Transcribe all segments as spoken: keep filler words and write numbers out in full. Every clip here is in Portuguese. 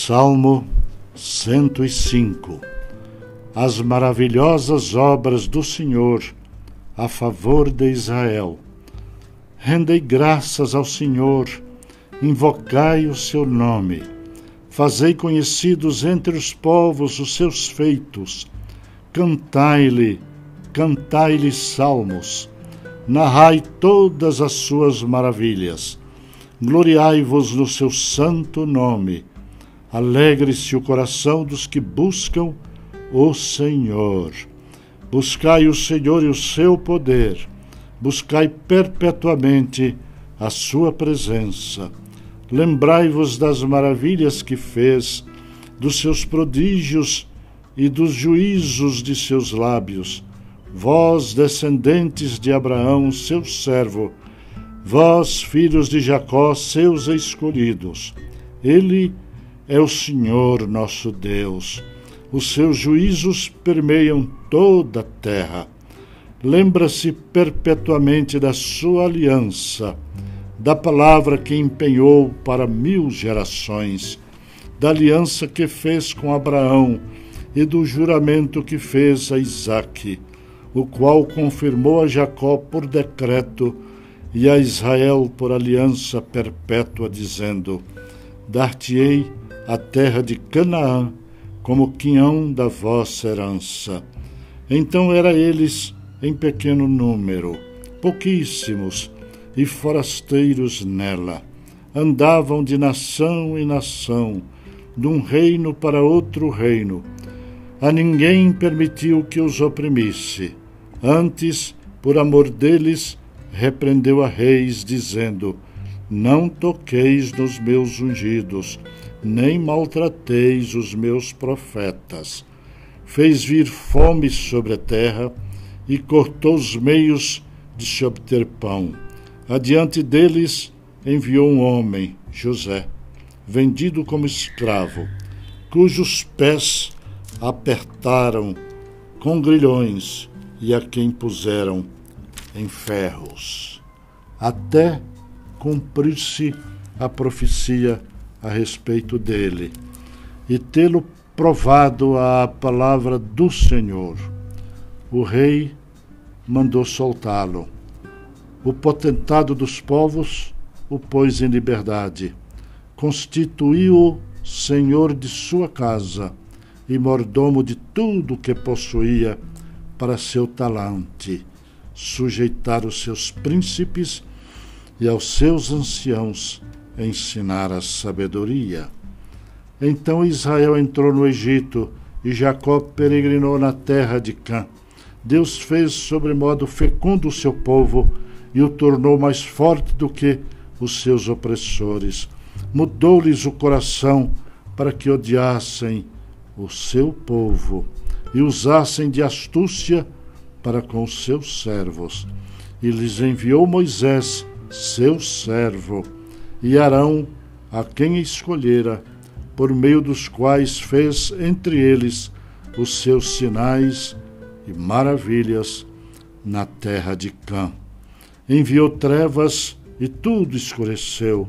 Salmo cento e cinco. As maravilhosas obras do Senhor a favor de Israel. Rendei graças ao Senhor, invocai o seu nome. Fazei conhecidos entre os povos os seus feitos. Cantai-lhe, cantai-lhe salmos. Narrai todas as suas maravilhas. Gloriai-vos no seu santo nome. Alegre-se o coração dos que buscam o Senhor. Buscai o Senhor e o seu poder. Buscai perpetuamente a sua presença. Lembrai-vos das maravilhas que fez, dos seus prodígios e dos juízos de seus lábios. Vós, descendentes de Abraão, seu servo, vós, filhos de Jacó, seus escolhidos. Ele é o Senhor nosso Deus. Os seus juízos permeiam toda a terra. Lembra-se perpetuamente da sua aliança, da palavra que empenhou para mil gerações, da aliança que fez com Abraão e do juramento que fez a Isaque, o qual confirmou a Jacó por decreto e a Israel por aliança perpétua, dizendo: Dar-te-ei a terra de Canaã como quinhão da vossa herança. Então eram eles em pequeno número, pouquíssimos, e forasteiros nela. Andavam de nação em nação, de um reino para outro reino. A ninguém permitiu que os oprimisse. Antes, por amor deles, repreendeu a reis, dizendo: Não toqueis nos meus ungidos, nem maltrateis os meus profetas. Fez vir fome sobre a terra e cortou os meios de se obter pão. Adiante deles enviou um homem, José, vendido como escravo, cujos pés apertaram com grilhões e a quem puseram em ferros, até cumprir-se a profecia a respeito dele, e tê-lo provado a palavra do Senhor. O rei mandou soltá-lo. O potentado dos povos o pôs em liberdade. Constituiu-o senhor de sua casa e mordomo de tudo que possuía para seu talante, sujeitar os seus príncipes e aos seus anciãos ensinar a sabedoria. Então Israel entrou no Egito e Jacó peregrinou na terra de Cã. Deus fez sobremodo fecundo o seu povo e o tornou mais forte do que os seus opressores. Mudou-lhes o coração para que odiassem o seu povo e usassem de astúcia para com os seus servos. E lhes enviou Moisés, seu servo, e Arão, a quem escolhera, por meio dos quais fez entre eles os seus sinais e maravilhas na terra de Cã. Enviou trevas e tudo escureceu.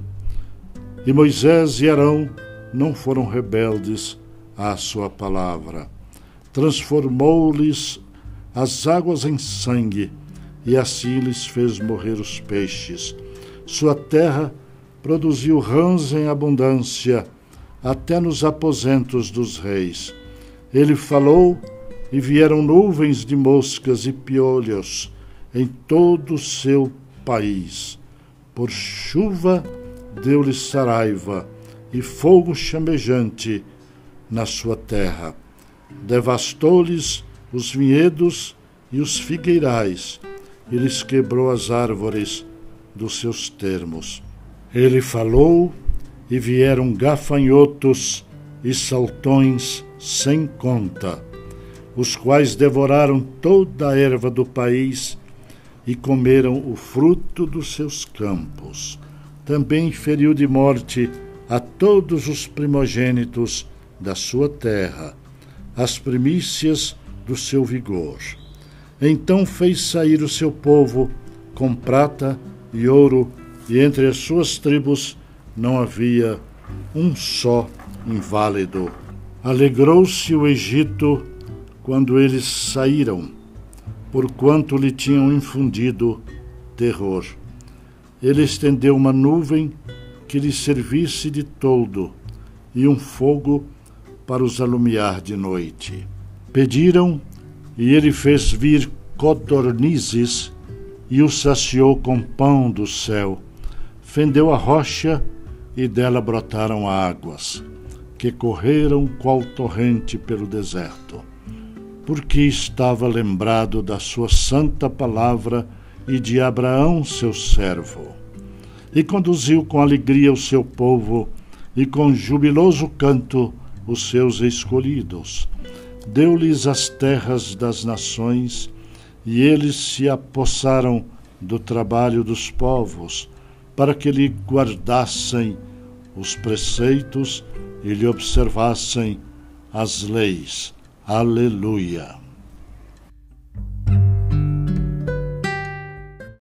E Moisés e Arão não foram rebeldes à sua palavra. Transformou-lhes as águas em sangue, e assim lhes fez morrer os peixes. Sua terra produziu rãs em abundância, até nos aposentos dos reis. Ele falou, e vieram nuvens de moscas e piolhos em todo o seu país. Por chuva deu-lhes saraiva e fogo chamejante na sua terra. Devastou-lhes os vinhedos e os figueirais, e lhes quebrou as árvores dos seus termos. Ele falou, e vieram gafanhotos e saltões sem conta, os quais devoraram toda a erva do país e comeram o fruto dos seus campos. Também feriu de morte a todos os primogênitos da sua terra, as primícias do seu vigor. Então fez sair o seu povo com prata e ouro, e entre as suas tribos não havia um só inválido. Alegrou-se o Egito quando eles saíram, porquanto lhe tinham infundido terror. Ele estendeu uma nuvem que lhe servisse de toldo e um fogo para os alumiar de noite. Pediram, e ele fez vir codornizes e os saciou com pão do céu. Fendeu a rocha e dela brotaram águas, que correram qual torrente pelo deserto. Porque estava lembrado da sua santa palavra e de Abraão, seu servo. E conduziu com alegria o seu povo, e com jubiloso canto os seus escolhidos. Deu-lhes as terras das nações, e eles se apossaram do trabalho dos povos, para que lhe guardassem os preceitos e lhe observassem as leis. Aleluia!